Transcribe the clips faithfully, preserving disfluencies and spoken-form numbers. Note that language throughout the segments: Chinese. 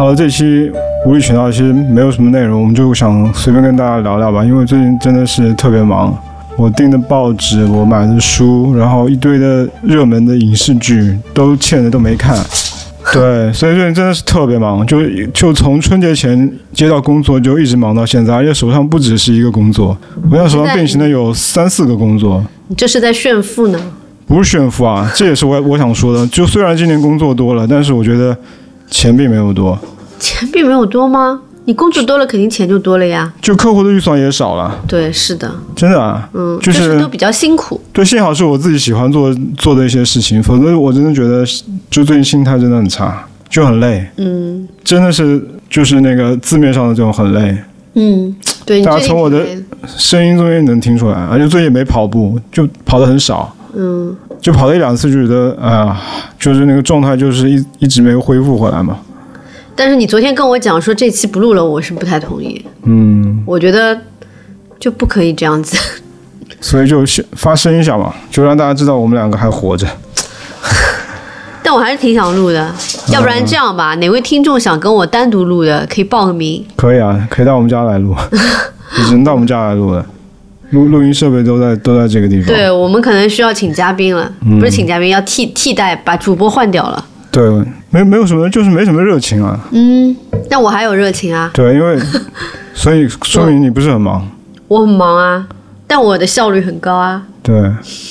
好了，这期无理取闹其实没有什么内容，我们就想随便跟大家聊聊吧，因为最近真的是特别忙，我订的报纸，我买的书，然后一堆的热门的影视剧都欠的都没看。对，所以最近真的是特别忙，就就从春节前接到工作就一直忙到现在，而且手上不只是一个工作，我现在手上并行的有三四个工作。 你这是在炫富呢？ 不是炫富啊，这也是我我想说的。就虽然今年工作多了，但是我觉得钱并没有多。 钱并没有多吗？你工作多了，肯定钱就多了呀。 就客户的预算也少了。 对，是的。 真的啊， 嗯， 就是、 就是都比较辛苦。 对，幸好是我自己喜欢做做的一些事情，否则我真的觉得，就最近心态真的很差，就很累。嗯，真的是就是那个字面上的这种很累。 嗯，对。 大家从我的声音中间能听出来，而且最近也没跑步，就跑得很少。嗯，就跑了一两次，就觉得哎呀，就是那个状态就是一一直没有恢复回来嘛。 但是你昨天跟我讲说这期不录了，我是不太同意。 嗯， 我觉得就不可以这样子。 所以就发声一下嘛，就让大家知道我们两个还活着。 但我还是挺想录的，要不然这样吧，嗯、哪位听众想跟我单独录的，可以报个名。 可以啊，可以到我们家来录，只能到我们家来录了。录录音设备都在都在这个地方。 对，我们可能需要请嘉宾了，嗯、不是请嘉宾，要替替代把主播换掉了。 对，没没有什么，就是没什么热情啊。 嗯，那我还有热情啊。 对，因为所以说明你不是很忙。 我, 我很忙啊，但我的效率很高啊。 对。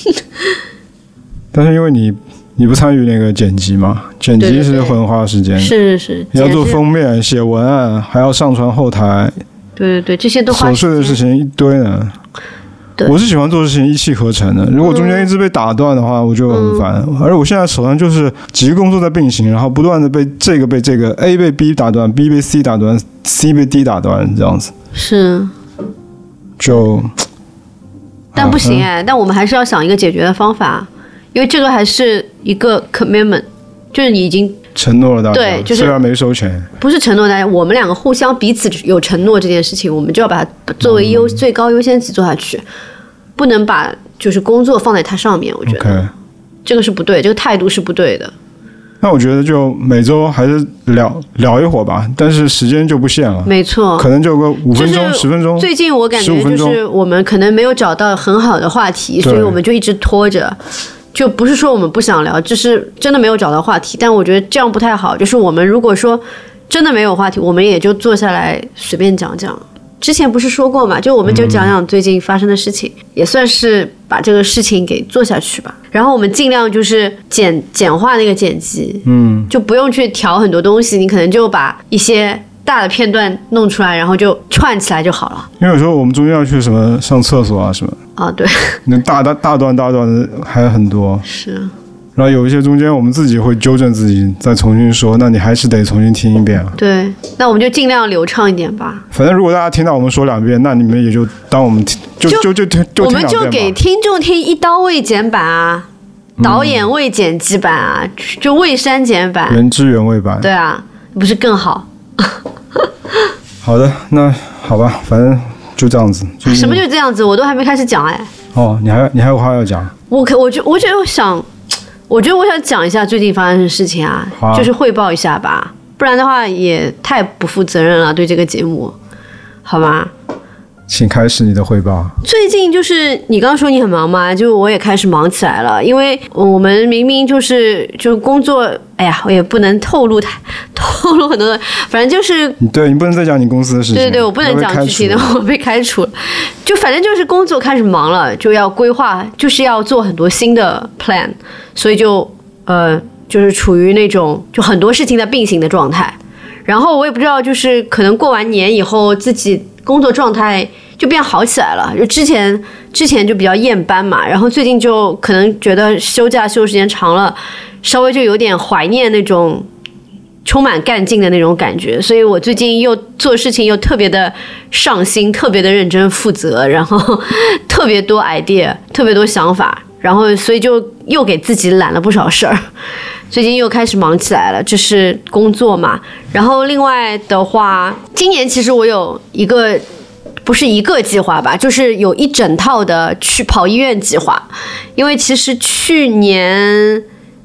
但是因为你你不参与那个剪辑嘛，剪辑是很花时间。 是是是。 你要做封面、写文案，还要上传后台。 对对对，这些都花时间。 琐碎的事情一堆呢。我是喜欢做事情一气呵成的，如果中间一直被打断的话，我就很烦。嗯、而我现在手上就是几个工作在并行，然后不断的被这个被这个 A 被 B 打断 ，B 被 C 打断 ，C 被 D 打断，这样子。 是。 就。 但不行哎、嗯，但我们还是要想一个解决的方法，因为这个还是一个 commitment， 就是你已经承诺了大家， 对，就是虽然没收钱， 不是承诺大家，我们两个互相彼此有承诺这件事情，我们就要把它作为优、嗯、最高优先级做下去。不能把就是工作放在它上面，我觉得、okay. 这个是不对，这个态度是不对的。 那我觉得就每周还是聊聊一会儿吧，但是时间就不限了。 没错， 可能就个五分钟、十、就是、分钟。 最近我感觉就是我们可能没有找到很好的话题，所以我们就一直拖着。就不是说我们不想聊，就是真的没有找到话题。但我觉得这样不太好，就是我们如果说真的没有话题，我们也就坐下来随便讲讲。之前不是说过嘛，就我们就讲讲最近发生的事情、嗯、也算是把这个事情给做下去吧。然后我们尽量就是简简化那个剪辑，嗯，就不用去调很多东西，你可能就把一些大的片段弄出来，然后就串起来就好了。 因为有时候我们中间要去什么上厕所啊什么啊，对， 那大大大段大段的还很多。 是。 然后有一些中间我们自己会纠正自己，再重新说，那你还是得重新听一遍啊。 对，那我们就尽量流畅一点吧。 反正如果大家听到我们说两遍，那你们也就当我们听，就就就就就我们就给听众听一刀未剪版啊，嗯、导演未剪辑版啊，就未删减版， 原汁原味版。 对啊，不是更好？ 好的，那好吧，反正就这样子。 什么就这样子？我都还没开始讲哎。 哦，你还你还有话要讲？ 我可我就我觉得我想。我觉得我想讲一下最近发生的事情啊，啊就是汇报一下吧，不然的话也太不负责任了，对这个节目，好吗？ 请开始你的汇报。 最近就是你刚刚说你很忙嘛，就我也开始忙起来了，因为我们明明就是就工作，哎呀，我也不能透露太透露很多，反正就是对你不能再讲你公司的事情， 对对对，我不能讲具体的，我被开除了，就反正就是工作开始忙了，就要规划，就是要做很多新的 plan， 所以就呃就是处于那种就很多事情在并行的状态，然后我也不知道，就是可能过完年以后自己工作状态就变好起来了，就之前之前就比较厌班嘛，然后最近就可能觉得休假休时间长了，稍微就有点怀念那种充满干劲的那种感觉，所以我最近又做事情又特别的上心，特别的认真负责，然后特别多 idea， 特别多想法，然后所以就又给自己揽了不少事儿。最近又开始忙起来了，这是工作嘛。然后另外的话，今年其实我有一个不是一个计划吧，就是有一整套的去跑医院计划。因为其实去年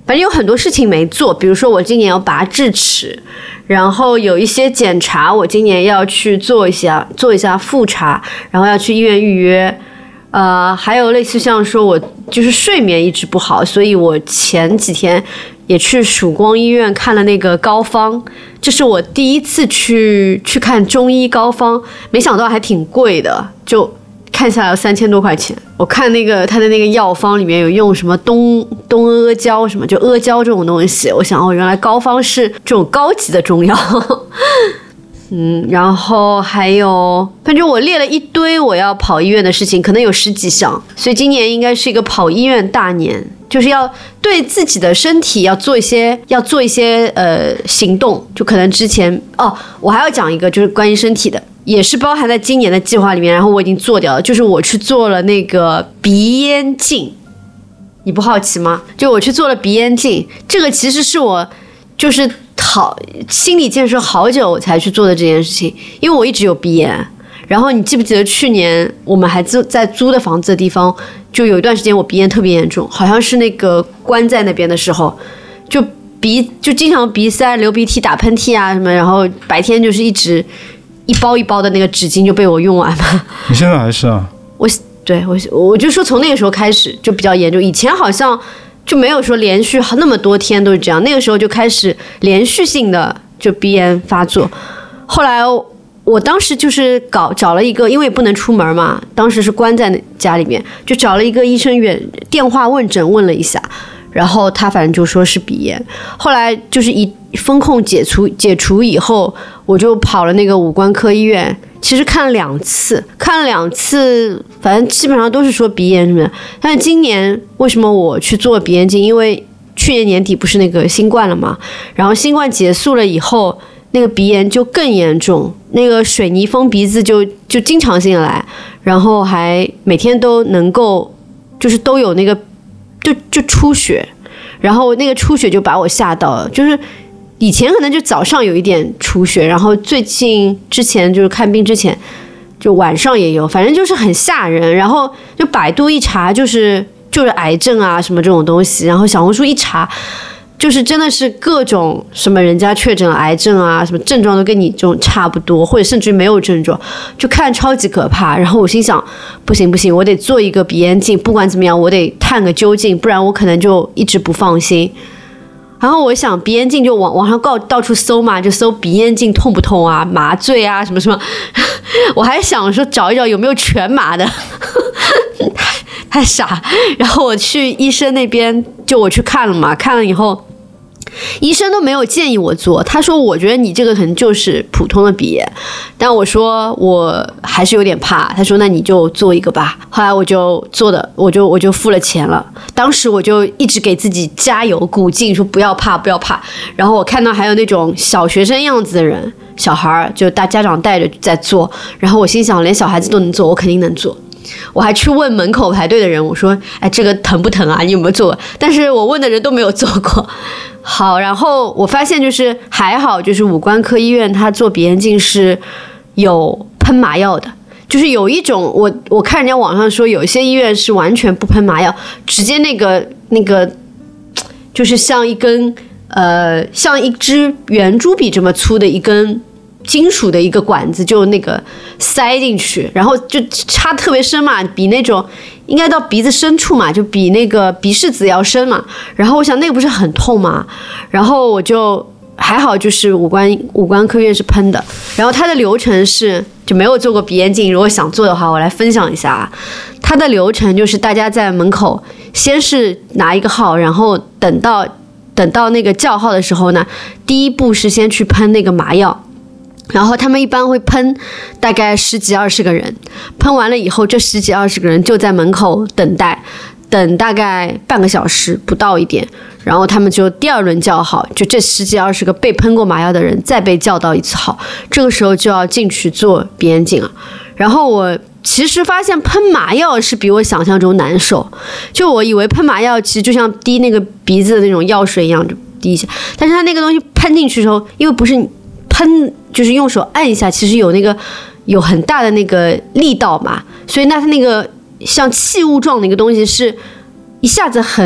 反正有很多事情没做，比如说我今年要拔智齿，然后有一些检查我今年要去做一下做一下复查，然后要去医院预约。呃，还有类似像说我就是睡眠一直不好，所以我前几天也去曙光医院看了那个膏方，这是我第一次去去看中医膏方，没想到还挺贵的，就看下来要三千多块钱。我看那个他的那个药方里面有用什么东东阿胶什么，就阿胶这种东西，我想哦，原来膏方是这种高级的中药。嗯，然后还有，反正我列了一堆我要跑医院的事情，可能有十几项，所以今年应该是一个跑医院大年，就是要对自己的身体要做一些要做一些呃行动，就可能之前哦，我还要讲一个就是关于身体的，也是包含在今年的计划里面，然后我已经做掉了，就是我去做了那个鼻咽镜，你不好奇吗？就我去做了鼻咽镜，这个其实是我就是好心理建设好久我才去做的这件事情，因为我一直有鼻炎。然后你记不记得去年我们还租在租的房子的地方，就有一段时间我鼻炎特别严重，好像是那个关在那边的时候，就鼻就经常鼻塞、流鼻涕、打喷嚏啊什么，然后白天就是一直一包一包的那个纸巾就被我用完了。 你现在还是啊？ 我对我我就说从那个时候开始就比较严重，以前好像就没有说连续那么多天都是这样，那个时候就开始连续性的就鼻炎发作。后来我当时就是搞找了一个，因为不能出门嘛，当时是关在家里面，就找了一个医生远电话问诊问了一下，然后他反正就说是鼻炎。后来就是一风控解除解除以后，我就跑了那个五官科医院，其实看了两次，看了两次，反正基本上都是说鼻炎什么的。但是今年为什么我去做鼻咽镜？因为去年年底不是那个新冠了嘛，然后新冠结束了以后，那个鼻炎就更严重，那个水泥封鼻子就就经常性的来，然后还每天都能够就是都有那个就就出血，然后那个出血就把我吓到了，就是以前可能就早上有一点出血，然后最近之前就是看病之前就晚上也有，反正就是很吓人。然后就百度一查就是就是癌症啊什么这种东西，然后小红书一查就是真的是各种什么人家确诊癌症啊，什么症状都跟你这种差不多，或者甚至于没有症状，就看超级可怕。然后我心想不行不行，我得做一个鼻咽镜，不管怎么样我得探个究竟，不然我可能就一直不放心。然后我想鼻咽镜就网网上告到处搜嘛，就搜鼻咽镜痛不痛啊，麻醉啊什么什么。我还想说找一找有没有全麻的，太傻。然后我去医生那边，就我去看了嘛，看了以后医生都没有建议我做，他说我觉得你这个可能就是普通的鼻炎，但我说我还是有点怕，他说那你就做一个吧。后来我就做的，我就我就付了钱了。当时我就一直给自己加油鼓劲，说不要怕不要怕。然后我看到还有那种小学生样子的人，小孩就大家长带着在做，然后我心想连小孩子都能做，我肯定能做。我还去问门口排队的人，我说哎这个疼不疼啊，你有没有做？但是我问的人都没有做过。好，然后我发现就是还好，就是五官科医院他做鼻咽镜是有喷麻药的，就是有一种我我看人家网上说有一些医院是完全不喷麻药，直接那个那个就是像一根呃像一支圆珠笔这么粗的一根金属的一个管子，就那个塞进去，然后就插特别深嘛，比那种应该到鼻子深处嘛，就比那个鼻拭子要深嘛。然后我想那个不是很痛嘛，然后我就还好，就是五官五官科院是喷的。然后它的流程是就没有做过鼻咽镜，如果想做的话，我来分享一下啊。它的流程就是大家在门口先是拿一个号，然后等到等到那个叫号的时候呢，第一步是先去喷那个麻药。然后他们一般会喷大概十几二十个人，喷完了以后，这十几二十个人就在门口等待，等大概半个小时不到一点，然后他们就第二轮叫号，就这十几二十个被喷过麻药的人再被叫到一次号，这个时候就要进去做鼻咽镜了。然后我其实发现喷麻药是比我想象中难受，就我以为喷麻药其实就像滴那个鼻子的那种药水一样，就滴一下，但是它那个东西喷进去的时候，因为不是喷就是用手按一下，其实有那个有很大的那个力道嘛，所以那它那个像气雾状的一个东西是一下子很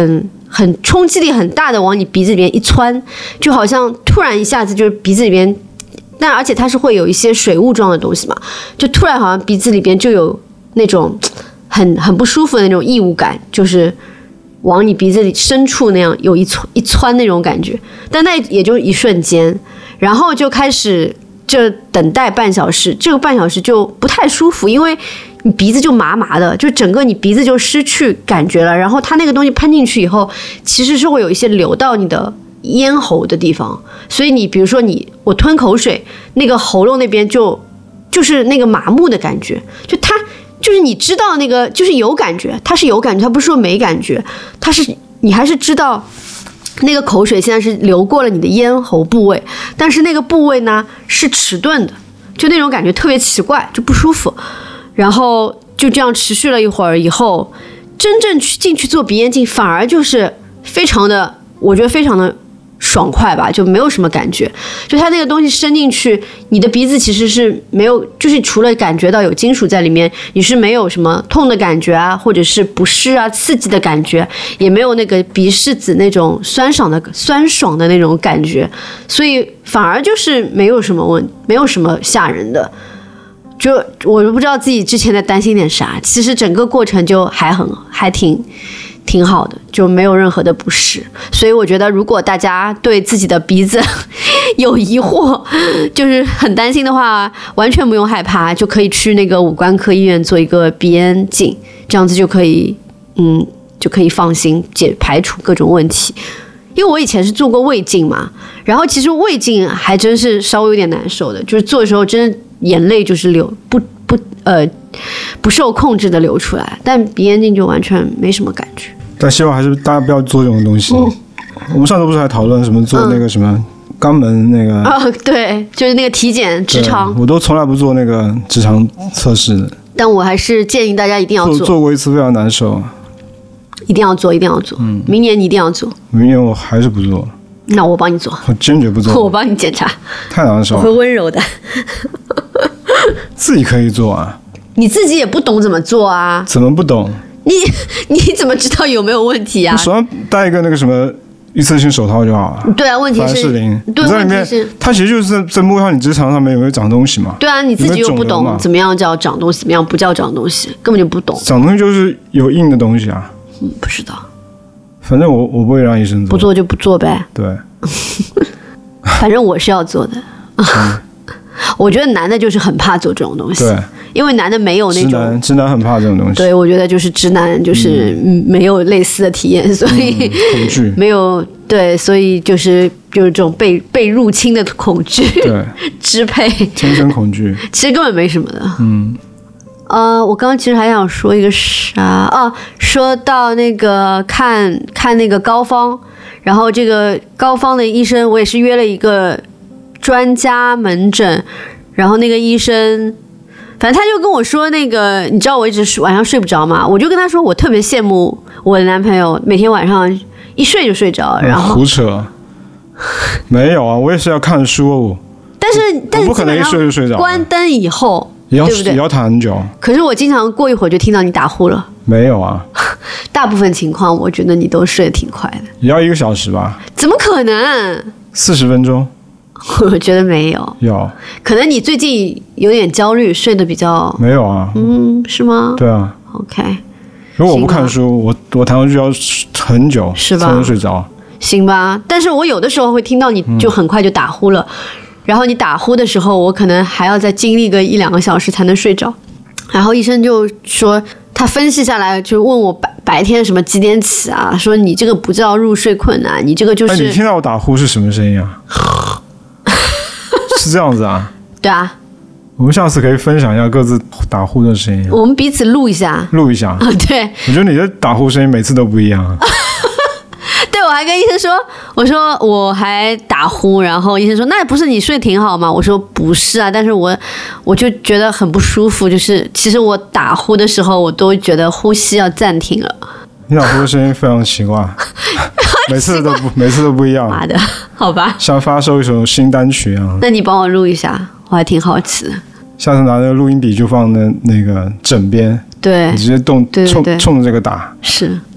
很冲击力很大的往你鼻子里面一窜，就好像突然一下子就是鼻子里边，但而且它是会有一些水雾状的东西嘛，就突然好像鼻子里边就有那种很很不舒服的那种异物感，就是往你鼻子里深处那样有一窜一窜那种感觉，但那也就一瞬间，然后就开始就等待半小时，这个半小时就不太舒服，因为你鼻子就麻麻的，就整个你鼻子就失去感觉了，然后它那个东西喷进去以后，其实是会有一些流到你的咽喉的地方，所以你比如说你我吞口水，那个喉咙那边就就是那个麻木的感觉，就它就是你知道那个就是有感觉，它是有感觉，它不是说没感觉，它是你还是知道那个口水现在是流过了你的咽喉部位，但是那个部位呢是迟钝的，就那种感觉特别奇怪，就不舒服。然后就这样持续了一会儿以后，真正去进去做鼻咽镜，反而就是非常的，我觉得非常的爽快吧，就没有什么感觉。就它那个东西伸进去，你的鼻子其实是没有，就是除了感觉到有金属在里面，你是没有什么痛的感觉啊，或者是不适啊、刺激的感觉，也没有那个鼻拭子那种酸爽的酸爽的那种感觉，所以反而就是没有什么问，没有什么吓人的。就我都不知道自己之前在担心点啥，其实整个过程就还很还挺挺好的，就没有任何的不适。所以我觉得如果大家对自己的鼻子有疑惑，就是很担心的话，完全不用害怕，就可以去那个五官科医院做一个鼻咽镜，这样子就可以嗯就可以放心解排除各种问题。因为我以前是做过胃镜嘛，然后其实胃镜还真是稍微有点难受的，就是做的时候真的眼泪就是流不不呃不受控制的流出来，但鼻咽镜就完全没什么感觉。 但希望还是大家不要做这种东西。嗯、我们上次不是还讨论什么做那个什么肛门那个？ 啊、嗯哦，对，就是那个体检直肠， 我都从来不做那个直肠测试的。 但我还是建议大家一定要做。 做, 做过一次非常难受。 一定要做，一定要做。嗯，明年你一定要做。 明年我还是不做。 那我帮你做。 我坚决不做。 我帮你检查。 太难受了。 我会温柔的。 自己可以做啊。 你自己也不懂怎么做啊？ 怎么不懂？ 你你怎么知道有没有问题啊？ 你手上戴一个那个什么一次性手套就好了。 对啊，问题是。 对，在里面，它其实就是在在摸上你直肠上面有没有长东西嘛。 对啊，你自己又不懂怎么样叫长东西，怎么样不叫长东西，根本就不懂。 长东西就是有硬的东西啊。 嗯，不知道。 反正我我不会让医生做。 不做就不做呗。 对。 反正我是要做的。嗯、我觉得男的就是很怕做这种东西。 对。 因为男的没有那种。 直男直男很怕这种东西。 对，我觉得就是直男就是没有类似的体验，所以、 嗯、恐惧。 没有对，所以就是就是这种被被入侵的恐惧。 对。 支配。 天生恐惧。 其实根本没什么的。 嗯。 呃，我刚刚其实还想说一个啥哦，说到那个看看那个膏方，然后这个膏方的医生，我也是约了一个专家门诊，然后那个医生，反正他就跟我说那个，你知道我一直晚上睡不着嘛，我就跟他说我特别羡慕我的男朋友，每天晚上一睡就睡着，然后、 嗯、胡扯，没有啊，我也是要看书， 但是但是不可能一睡就睡着， 关灯以后。 也要对不对？ 也要躺很久。 可是我经常过一会儿就听到你打呼了。 没有啊。 大部分情况我觉得你都睡得挺快的。 也要一个小时吧？ 怎么可能？ 四十分钟。 我觉得没有。 有。 可能你最近有点焦虑，睡得比较。 没有啊。 嗯，是吗？ 对啊。 OK。 如果我不看书，我我躺上去要很久是吧？ 才能睡着。 行吧，但是我有的时候会听到你就很快就打呼了。嗯，然后你打呼的时候，我可能还要再经历个一两个小时才能睡着。然后医生就说，他分析下来就问我白白天什么几点起啊？说你这个不叫入睡困难，你这个就是。 哎，你听到我打呼是什么声音啊？是这样子啊？ 对啊。 我们下次可以分享一下各自打呼的声音。 我们彼此录一下。 录一下。 啊，对。 我觉得你的打呼声音每次都不一样。 对，我还跟医生说，我说我还打呼，然后医生说那不是你睡挺好吗？我说不是啊，但是我我就觉得很不舒服，就是其实我打呼的时候，我都觉得呼吸要暂停了。 你打呼的声音非常奇怪，每次都不每次都不一样。 妈的，好吧。 像发售一首新单曲啊。 那你帮我录一下，我还挺好奇的。 下次拿那个录音笔就放在那个枕边， 对， 你直接动冲冲着这个打。 是。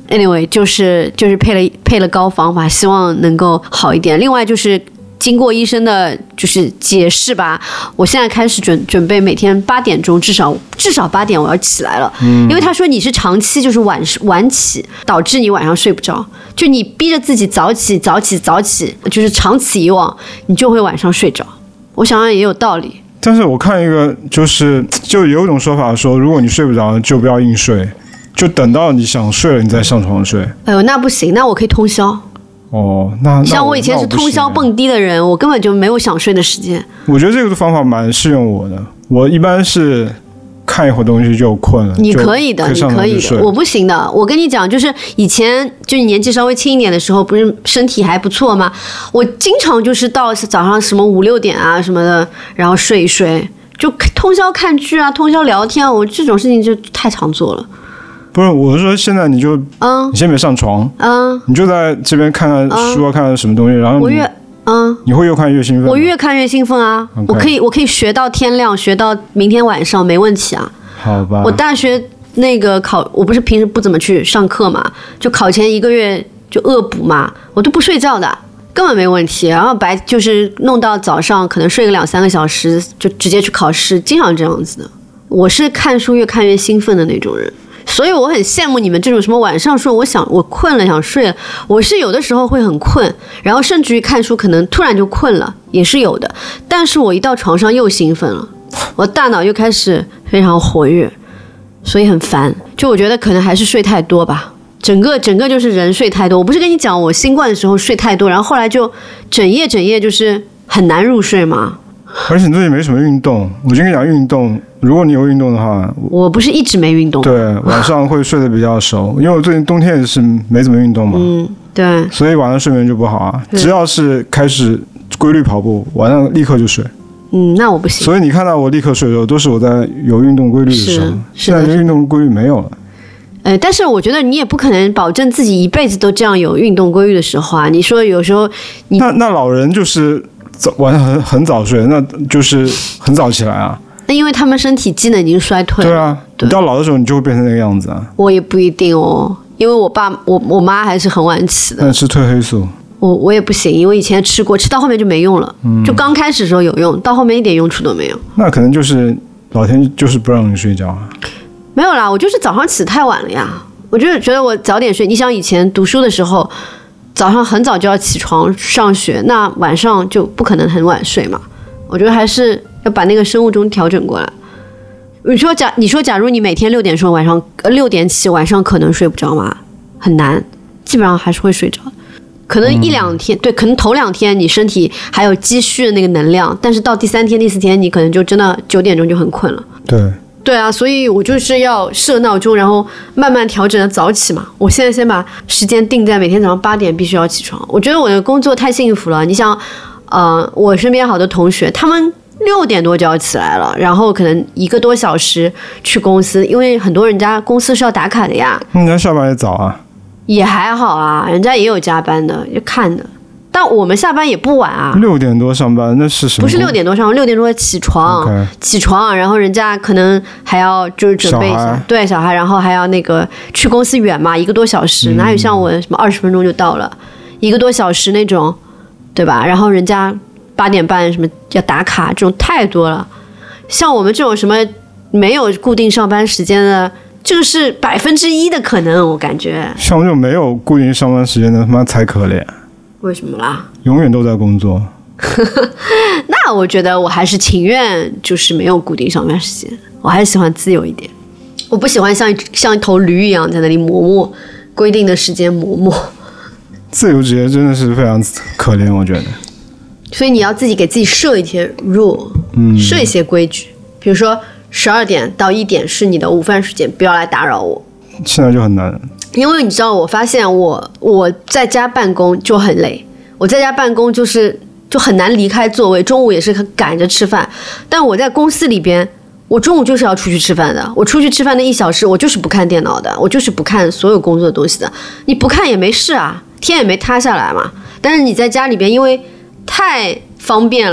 anyway 就是就是配了配了膏方法，希望能够好一点。另外就是经过医生的就是解释吧，我现在开始准准备每天八点钟至少至少八点我要起来了，嗯，因为他说你是长期就是晚晚起，导致你晚上睡不着，就你逼着自己早起早起早起，就是长此以往，你就会晚上睡着。我想想也有道理。 但是我看一个就是就有一种说法说，如果你睡不着就不要硬睡，就等到你想睡了你再上床睡。 哎呦，那不行，那我可以通宵。 哦，那像我以前是通宵蹦迪的人，我根本就没有想睡的时间。 我觉得这个方法蛮适用我的，我一般是看一会儿东西就困了。 你可以的， 你可以的，我不行的。我跟你讲，就是以前就你年纪稍微轻一点的时候，不是身体还不错吗？我经常就是到早上什么五六点啊什么的，然后睡一睡，就通宵看剧啊，通宵聊天啊，我这种事情就太常做了。 不是，我是说现在你就，嗯，你先别上床，嗯，你就在这边看看书啊，嗯、看看什么东西，然后你，我越，嗯，你会越看越兴奋。 我越看越兴奋啊！ Okay. 我可以，我可以学到天亮，学到明天晚上没问题啊。 好吧。 我大学那个考，我不是平时不怎么去上课嘛，就考前一个月就恶补嘛，我都不睡觉的，根本没问题。然后白就是弄到早上，可能睡个两三个小时，就直接去考试，经常这样子的。我是看书越看越兴奋的那种人。所以我很羡慕你们这种什么晚上说我想我困了想睡了，我是有的时候会很困，然后甚至于看书可能突然就困了，也是有的。但是我一到床上又兴奋了，我大脑又开始非常活跃，所以很烦。就我觉得可能还是睡太多吧，整个整个就是人睡太多。我不是跟你讲我新冠的时候睡太多，然后后来就整夜整夜就是很难入睡吗？ 而且你最近没什么运动，我就跟你讲运动，如果你有运动的话， 我不是一直没运动， 对，晚上会睡得比较熟，因为我最近冬天也是没怎么运动嘛， 嗯，对， 所以晚上睡眠就不好啊。只要是开始规律跑步，晚上立刻就睡。 嗯，那我不行。 所以你看到我立刻睡的时候，都是我在有运动规律的时候。现在运动规律没有了。 呃，但是我觉得你也不可能保证自己一辈子都这样有运动规律的时候啊。你说有时候你那那老人就是早晚上很很早睡，那就是很早起来啊。 那因为他们身体机能已经衰退了。 对啊，对，你到老的时候你就会变成那个样子啊。 我也不一定哦，因为我爸我我妈还是很晚起的。 那吃褪黑素。 我我也不行，因为以前吃过，吃到后面就没用了。嗯，就刚开始的时候有用，到后面一点用处都没有。 那可能就是老天就是不让你睡觉啊。 没有啦，我就是早上起太晚了呀。我就是觉得我早点睡。你想以前读书的时候，早上很早就要起床上学，那晚上就不可能很晚睡嘛。我觉得还是要把那个生物钟调整过来。你说假你说假如你每天六点说晚上呃六点起，晚上可能睡不着吗？很难，基本上还是会睡着。可能一两天、嗯、对，可能头两天你身体还有积蓄的那个能量，但是到第三天第四天你可能就真的九点钟就很困了。 对对啊，所以我就是要设闹钟，然后慢慢调整的早起嘛。我现在先把时间定在每天早上八点必须要起床。我觉得我的工作太幸福了。你想呃，我身边好多同学他们六点多就要起来了，然后可能一个多小时去公司，因为很多人家公司是要打卡的呀。 人家下班也早啊。 也还好啊，人家也有加班的，就看的。但我们下班也不晚啊。 六点多上班那是什么？ 不是六点多上班，六点多起床， okay. 起床，然后人家可能还要就是准备一下，对小孩，然后还要那个去公司远嘛，一个多小时，嗯、哪有像我什么二十分钟就到了，一个多小时那种，对吧？然后人家八点半什么要打卡，这种太多了。像我们这种什么没有固定上班时间的。这个是百分之一的可能，我感觉。 像我这种没有固定上班时间的，他妈才可怜。 为什么啦？ 永远都在工作。 那我觉得我还是情愿就是没有固定上班时间，我还是喜欢自由一点。我不喜欢像像一头驴一样在那里磨磨规定的时间磨磨。 自由职业真的是非常可怜，我觉得。 所以你要自己给自己设一些 rule， 嗯，设一些规矩，比如说。十二点到一点是你的午饭时间，不要来打扰我。 现在就很难， 因为你知道，我发现我我在家办公就很累，我在家办公就是就很难离开座位，中午也是赶着吃饭。但我在公司里边，我中午就是要出去吃饭的，我出去吃饭的一小时，我就是不看电脑的，我就是不看所有工作的东西的。你不看也没事啊，天也没塌下来嘛。但是你在家里边，因为太方便了。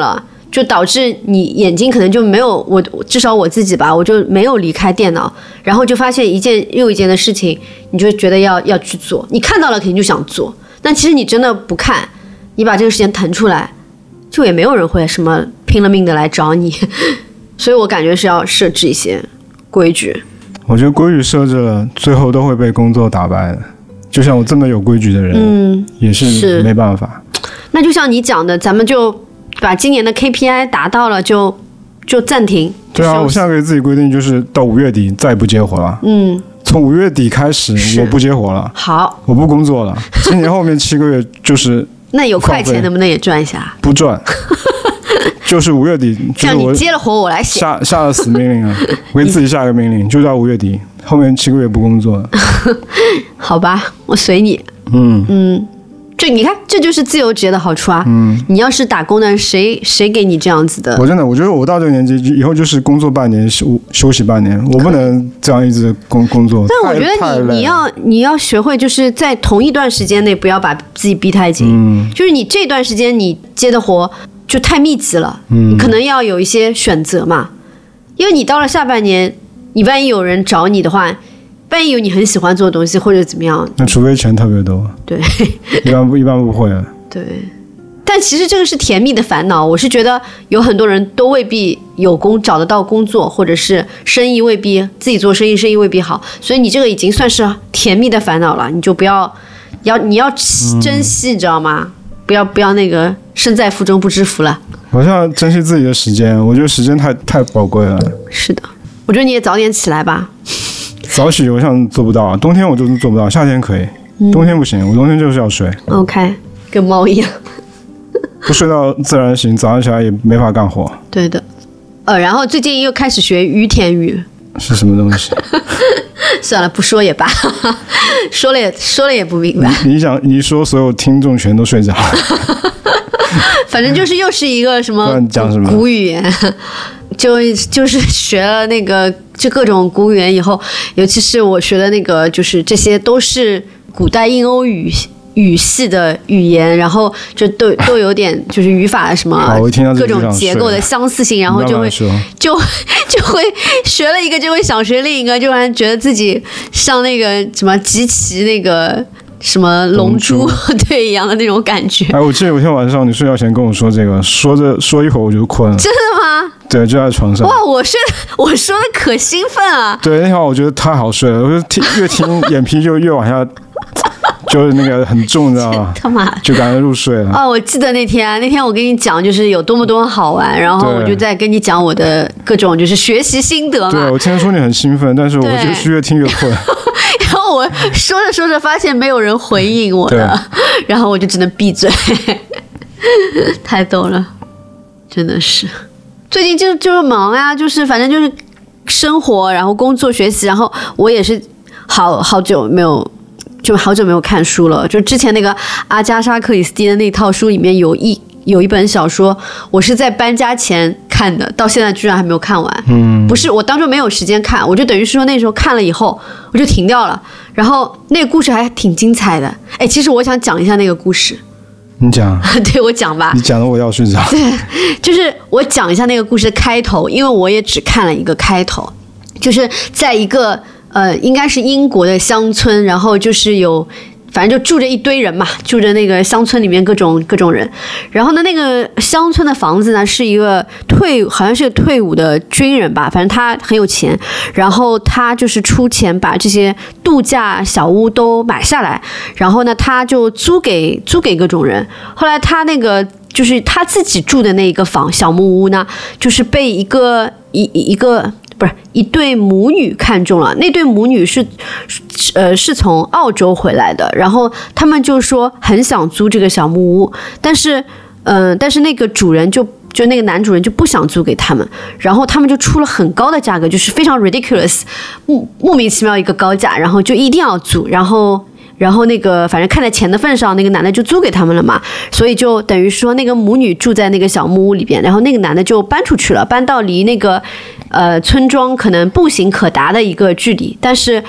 就导致你眼睛可能就没有我，至少我自己吧，我就没有离开电脑，然后就发现一件又一件的事情，你就觉得要要去做，你看到了肯定就想做，但其实你真的不看，你把这个时间腾出来，就也没有人会什么拼了命的来找你，所以我感觉是要设置一些规矩。 我觉得规矩设置了，最后都会被工作打败的。就像我这么有规矩的人，嗯，也是没办法。 那就像你讲的，咱们就把今年的 K P I 达到了就就暂停。 对啊，我现在给自己规定就是到五月底再也不接活了。嗯，从五月底开始我不接活了。 好， 我不工作了。今年后面七个月就是那有快钱能不能也赚一下？ 不赚。就是五月底，就是我你接了活我来写， 下下了死命令啊！我给自己下一个命令，就到五月底，后面七个月不工作了。 好吧，我随你。 嗯嗯，这你看，这就是自由职业的好处啊。嗯，你要是打工的人，谁谁给你这样子的？ 我真的，我觉得我到这个年纪以后就是工作半年休休息半年，我不能这样一直工工作。 但我觉得你你要你要学会，就是在同一段时间内不要把自己逼太紧。嗯，就是你这段时间你接的活就太密集了，嗯，你可能要有一些选择嘛。因为你到了下半年，你万一有人找你的话，万一有你很喜欢做的东西或者怎么样， 那除非钱特别多， 对， 一般不一般不会了。 对，但其实这个是甜蜜的烦恼。我是觉得有很多人都未必有工找得到工作，或者是生意未必自己做生意，生意未必好，所以你这个已经算是甜蜜的烦恼了，你就不要要你要珍惜，你知道吗？不要不要那个身在福中不知福了。 我现在珍惜自己的时间，我觉得时间太太宝贵了。 是的，我觉得你也早点起来吧。 早起我想做不到啊，冬天我就是做不到，夏天可以，嗯、冬天不行，我冬天就是要睡。 OK， 跟猫一样， 不睡到自然醒，早上起来也没法干活。 对的，呃，然后最近又开始学于田语， 是什么东西？ 算了，不说也罢，说了也说了也不明白。 你想，你说所有听众全都睡着了。 反正就是又是一个什么古语言，就就是学了那个就各种古语言以后，尤其是我学的那个，就是这些都是古代印欧语语系的语言，然后就都都有点就是语法什么各种结构的相似性，然后就会就就会学了一个就会想学另一个，就突然觉得自己像那个什么集齐那个。什么龙珠对一样的那种感觉。 哎，我记得有天晚上你睡觉前跟我说这个，说着说一会儿我就困了。 真的吗？ 对，就在床上。 哇，我睡，我说的可兴奋了。 对，那会儿我觉得太好睡了，我就听越听眼皮就越往下，就是那个很重，你知道吗？他妈，就感觉入睡了。 哦，我记得那天，那天我跟你讲，就是有多么多么好玩，然后我就在跟你讲我的各种就是学习心得嘛。 对，我听说你很兴奋，但是我就是越听越困。 然后我说着说着发现没有人回应我了，然后我就只能闭嘴。太逗了，真的是。最近就就是忙啊，就是反正就是生活，然后工作、学习，然后我也是好好久没有，就好久没有看书了。就之前那个阿加莎·克里斯蒂的那套书里面有一有一本小说，我是在搬家前看的，到现在居然还没有看完。嗯，不是我当初没有时间看，我就等于是说那时候看了以后我就停掉了。然后那个故事还挺精彩的。哎，其实我想讲一下那个故事。 你讲。 对，我讲吧。 你讲的我要睡着。 对，就是我讲一下那个故事的开头，因为我也只看了一个开头，就是在一个呃，应该是英国的乡村，然后就是有。反正就住着一堆人嘛，住着那个乡村里面各种各种人。然后呢，那个乡村的房子呢是一个退，好像是个退伍的军人吧，反正他很有钱。然后他就是出钱把这些度假小屋都买下来，然后呢他就租给租给各种人。后来他那个就是他自己住的那个房小木屋呢，就是被一个一一个。不是一对母女看中了，那对母女是，呃，是从澳洲回来的，然后他们就说很想租这个小木屋，但是，嗯、呃，但是那个主人就就那个男主人就不想租给他们，然后他们就出了很高的价格，就是非常 ridiculous， 莫莫名其妙一个高价，然后就一定要租，然后。然后那个反正看在钱的份上，那个男的就租给他们了嘛，所以就等于说那个母女住在那个小木屋里边，然后那个男的就搬出去了，搬到离那个呃村庄可能步行可达的一个距离，但是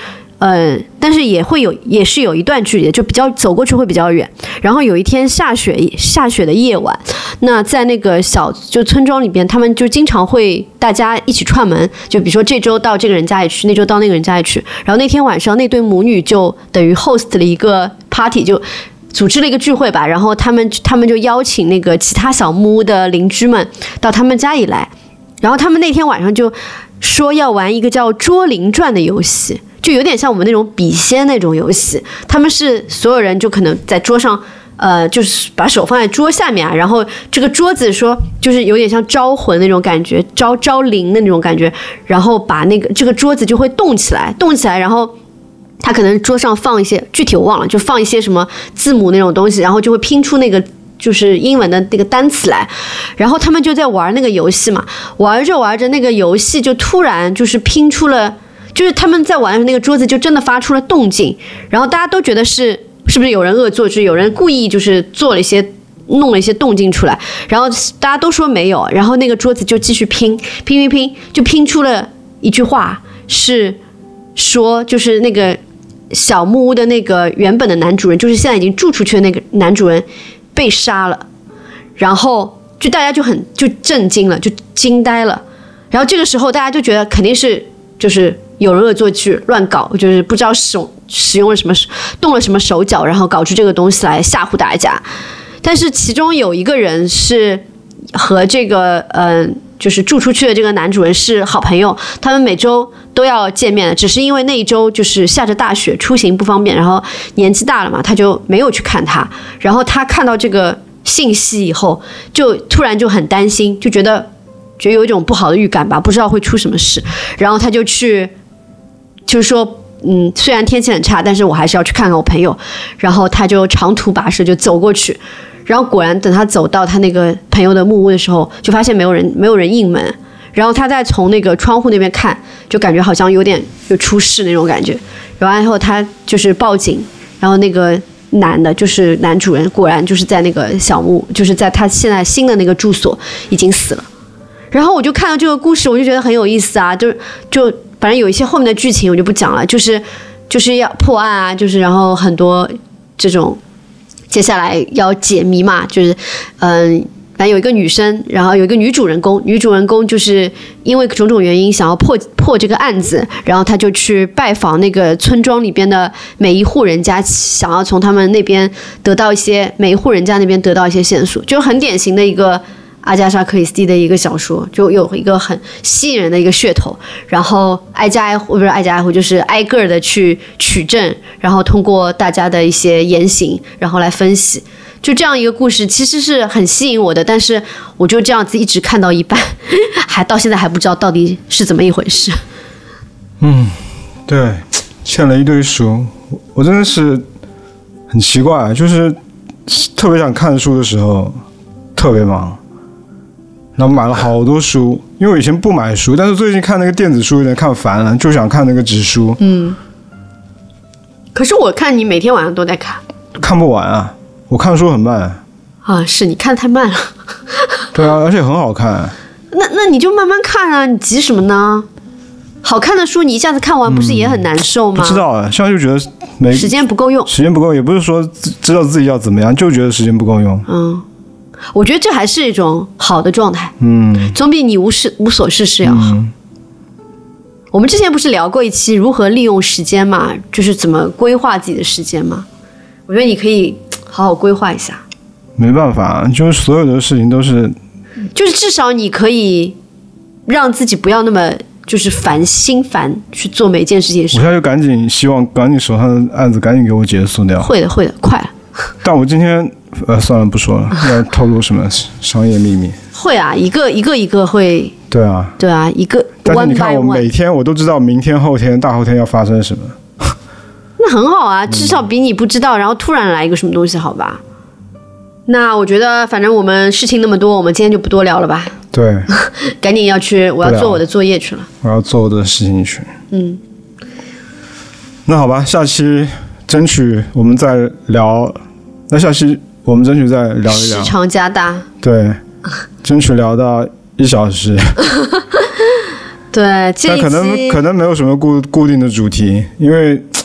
呃，但是也会有，也是有一段距离的，就比较走过去会比较远。然后有一天下雪，下雪的夜晚，那在那个小就村庄里边，他们就经常会大家一起串门，就比如说这周到这个人家里去，那周到那个人家里去。然后那天晚上，那对母女就等于 host 了一个 party， 就组织了一个聚会吧。然后他们他们就邀请那个其他小木屋的邻居们到他们家里来。然后他们那天晚上就说要玩一个叫捉灵转的游戏，就有点像我们那种笔仙那种游戏。他们是所有人就可能在桌上，呃，就是把手放在桌下面啊，然后这个桌子说就是有点像招魂那种感觉，招招灵的那种感觉，然后把那个这个桌子就会动起来，动起来，然后他可能桌上放一些，具体我忘了，就放一些什么字母那种东西，然后就会拼出那个就是英文的那个单词来。然后他们就在玩那个游戏嘛，玩着玩着那个游戏就突然就是拼出了，就是他们在玩的那个桌子就真的发出了动静，然后大家都觉得是是不是有人恶作剧，有人故意就是做了一些弄了一些动静出来，然后大家都说没有，然后那个桌子就继续拼拼拼拼，就拼出了一句话，是说就是那个小木屋的那个原本的男主人，就是现在已经住出去的那个男主人被杀了。然后就大家就很就震惊了，就惊呆了。然后这个时候大家就觉得肯定是就是有人恶作剧乱搞，就是不知道使用使用了什么动了什么手脚，然后搞出这个东西来吓唬大家。但是其中有一个人是和这个嗯、呃、就是住出去的这个男主人是好朋友，他们每周都要见面的，只是因为那一周就是下着大雪，出行不方便，然后年纪大了嘛，他就没有去看他。然后他看到这个信息以后，就突然就很担心，就觉得觉得有一种不好的预感吧，不知道会出什么事。然后他就去，就是说，嗯，虽然天气很差，但是我还是要去看看我朋友。然后他就长途跋涉就走过去，然后果然等他走到他那个朋友的木屋的时候，就发现没有人，没有人应门。然后他再从那个窗户那边看，就感觉好像有点有出事那种感觉。然后以后他就是报警，然后那个男的就是男主人，果然就是在那个小木，就是在他现在新的那个住所已经死了。然后我就看到这个故事，我就觉得很有意思啊，就就反正有一些后面的剧情我就不讲了，就是就是要破案啊，就是然后很多这种接下来要解谜嘛，就是嗯。反正有一个女生，然后有一个女主人公，女主人公就是因为种种原因想要破破这个案子，然后她就去拜访那个村庄里边的每一户人家，想要从他们那边得到一些每一户人家那边得到一些线索，就很典型的一个阿加莎·克里斯蒂的一个小说，就有一个很吸引人的一个噱头，然后挨家挨户不是挨家挨户，就是挨个的去取证，然后通过大家的一些言行，然后来分析。就这样一个故事其实是很吸引我的，但是我就这样子一直看到一半，还到现在还不知道到底是怎么一回事。 嗯，对，欠了一堆书，我真的是很奇怪，就是特别想看书的时候特别忙，然后买了好多书，因为我以前不买书，但是最近看那个电子书有点看烦了，就想看那个纸书。 嗯，可是我看你每天晚上都在看， 看不完啊。我看书很慢啊，是你看得太慢了。 对啊，而且很好看。 那那你就慢慢看啊，你急什么呢？好看的书你一下子看完，不是也很难受吗？ 嗯、不知道啊，现在就觉得没时间不够用， 时间不够，也不是说知道自己要怎么样，就觉得时间不够用。 嗯，我觉得这还是一种好的状态。 嗯， 总比你无事无所事事要好。嗯、我们之前不是聊过一期如何利用时间嘛，就是怎么规划自己的时间嘛。我觉得你可以好好规划一下。 没办法，就是所有的事情都是， 就是至少你可以让自己不要那么就是烦心烦去做每件事情的时候。 我现在就赶紧希望赶紧手上的案子赶紧给我结束掉。 会的会的，快了。 但我今天呃算了不说了，要透露什么商业秘密？ 会啊，一个一个一个会。 对啊， 对啊，一个。 但是你看，我每天我都知道明天、后天、大后天要发生什么。 那很好啊，至少比你不知道，然后突然来一个什么东西，好吧？那我觉得，反正我们事情那么多，我们今天就不多聊了吧？ 对， 赶紧要去，我要做我的作业去了。 我要做我的事情去。 嗯， 那好吧，下期争取我们再聊。那下期我们争取再聊一聊， 时长加大。 对，争取聊到一小时。 对，这一期但可能可能没有什么固固定的主题，因为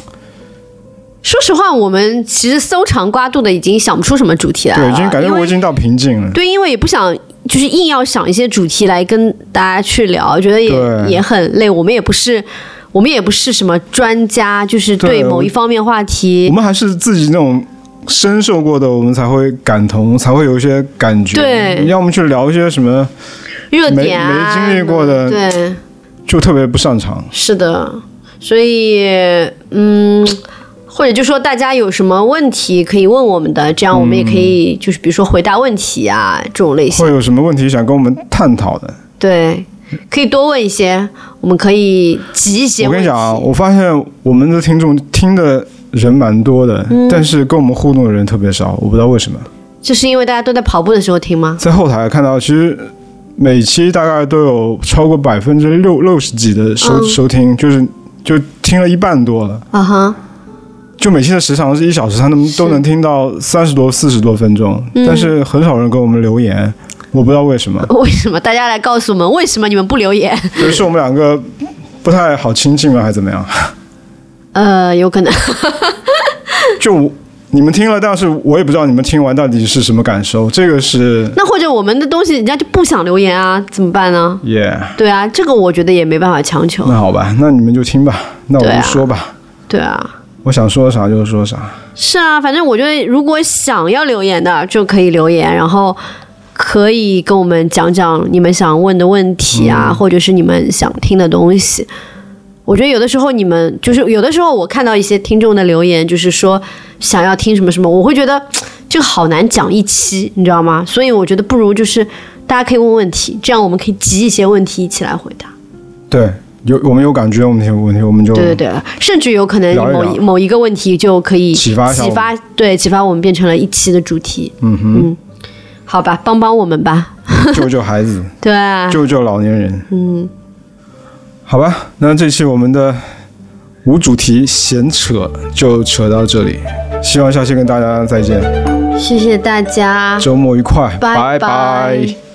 说实话，我们其实搜肠刮肚的已经想不出什么主题来了。 对，已经感觉我已经到瓶颈了。 对，因为也不想就是硬要想一些主题来跟大家去聊，觉得也也很累。我们也不是。我们也不是什么专家，就是对某一方面话题， 我们还是自己那种深受过的，我们才会感同，才会有一些感觉。 对， 要么去聊一些什么热点啊， 没经历过的， 对， 就特别不擅长。 是的，所以嗯，或者就说大家有什么问题可以问我们的，这样我们也可以就是比如说回答问题啊这种类型。 会有什么问题想跟我们探讨的？ 对。可以多问一些，我们可以集一些问题。 我跟你讲啊，我发现我们的听众听的人蛮多的，嗯、但是跟我们互动的人特别少，我不知道为什么。 这是因为大家都在跑步的时候听吗？ 在后台看到，其实每期大概都有超过百分之六六十几的收、嗯、收听，就是就听了一半多了。 啊哈。 就每期的时长是一小时，他们都能听到三十多、四十多分钟、嗯，但是很少人给我们留言。我不知道为什么， 为什么大家来告诉我们为什么你们不留言？ 是我们两个不太好亲近吗，还是怎么样？ 呃，有可能。 就你们听了，但是我也不知道你们听完到底是什么感受。这个是那或者我们的东西人家就不想留言啊，怎么办呢？ 耶、yeah ， 对啊，这个我觉得也没办法强求。 那好吧，那你们就听吧，那我就说吧。 对啊。对啊我想说啥就说啥。 是啊，反正我觉得如果想要留言的就可以留言，然后。可以跟我们讲讲你们想问的问题啊、嗯，或者是你们想听的东西。我觉得有的时候你们就是有的时候我看到一些听众的留言，就是说想要听什么什么，我会觉得这个好难讲一期，你知道吗？所以我觉得不如就是大家可以问问题，这样我们可以集一些问题一起来回答。 对，有我们有感觉，我们有问题我们就对对对，甚至有可能某一某一个问题就可以启发启发对启发我们变成了一期的主题。 嗯哼。 嗯好吧，帮帮我们吧， 救救孩子， 对啊， 救救老年人。 嗯， 好吧，那这期我们的无主题闲扯就扯到这里，希望下期跟大家再见， 谢谢大家， 周末愉快， 拜拜。 拜拜。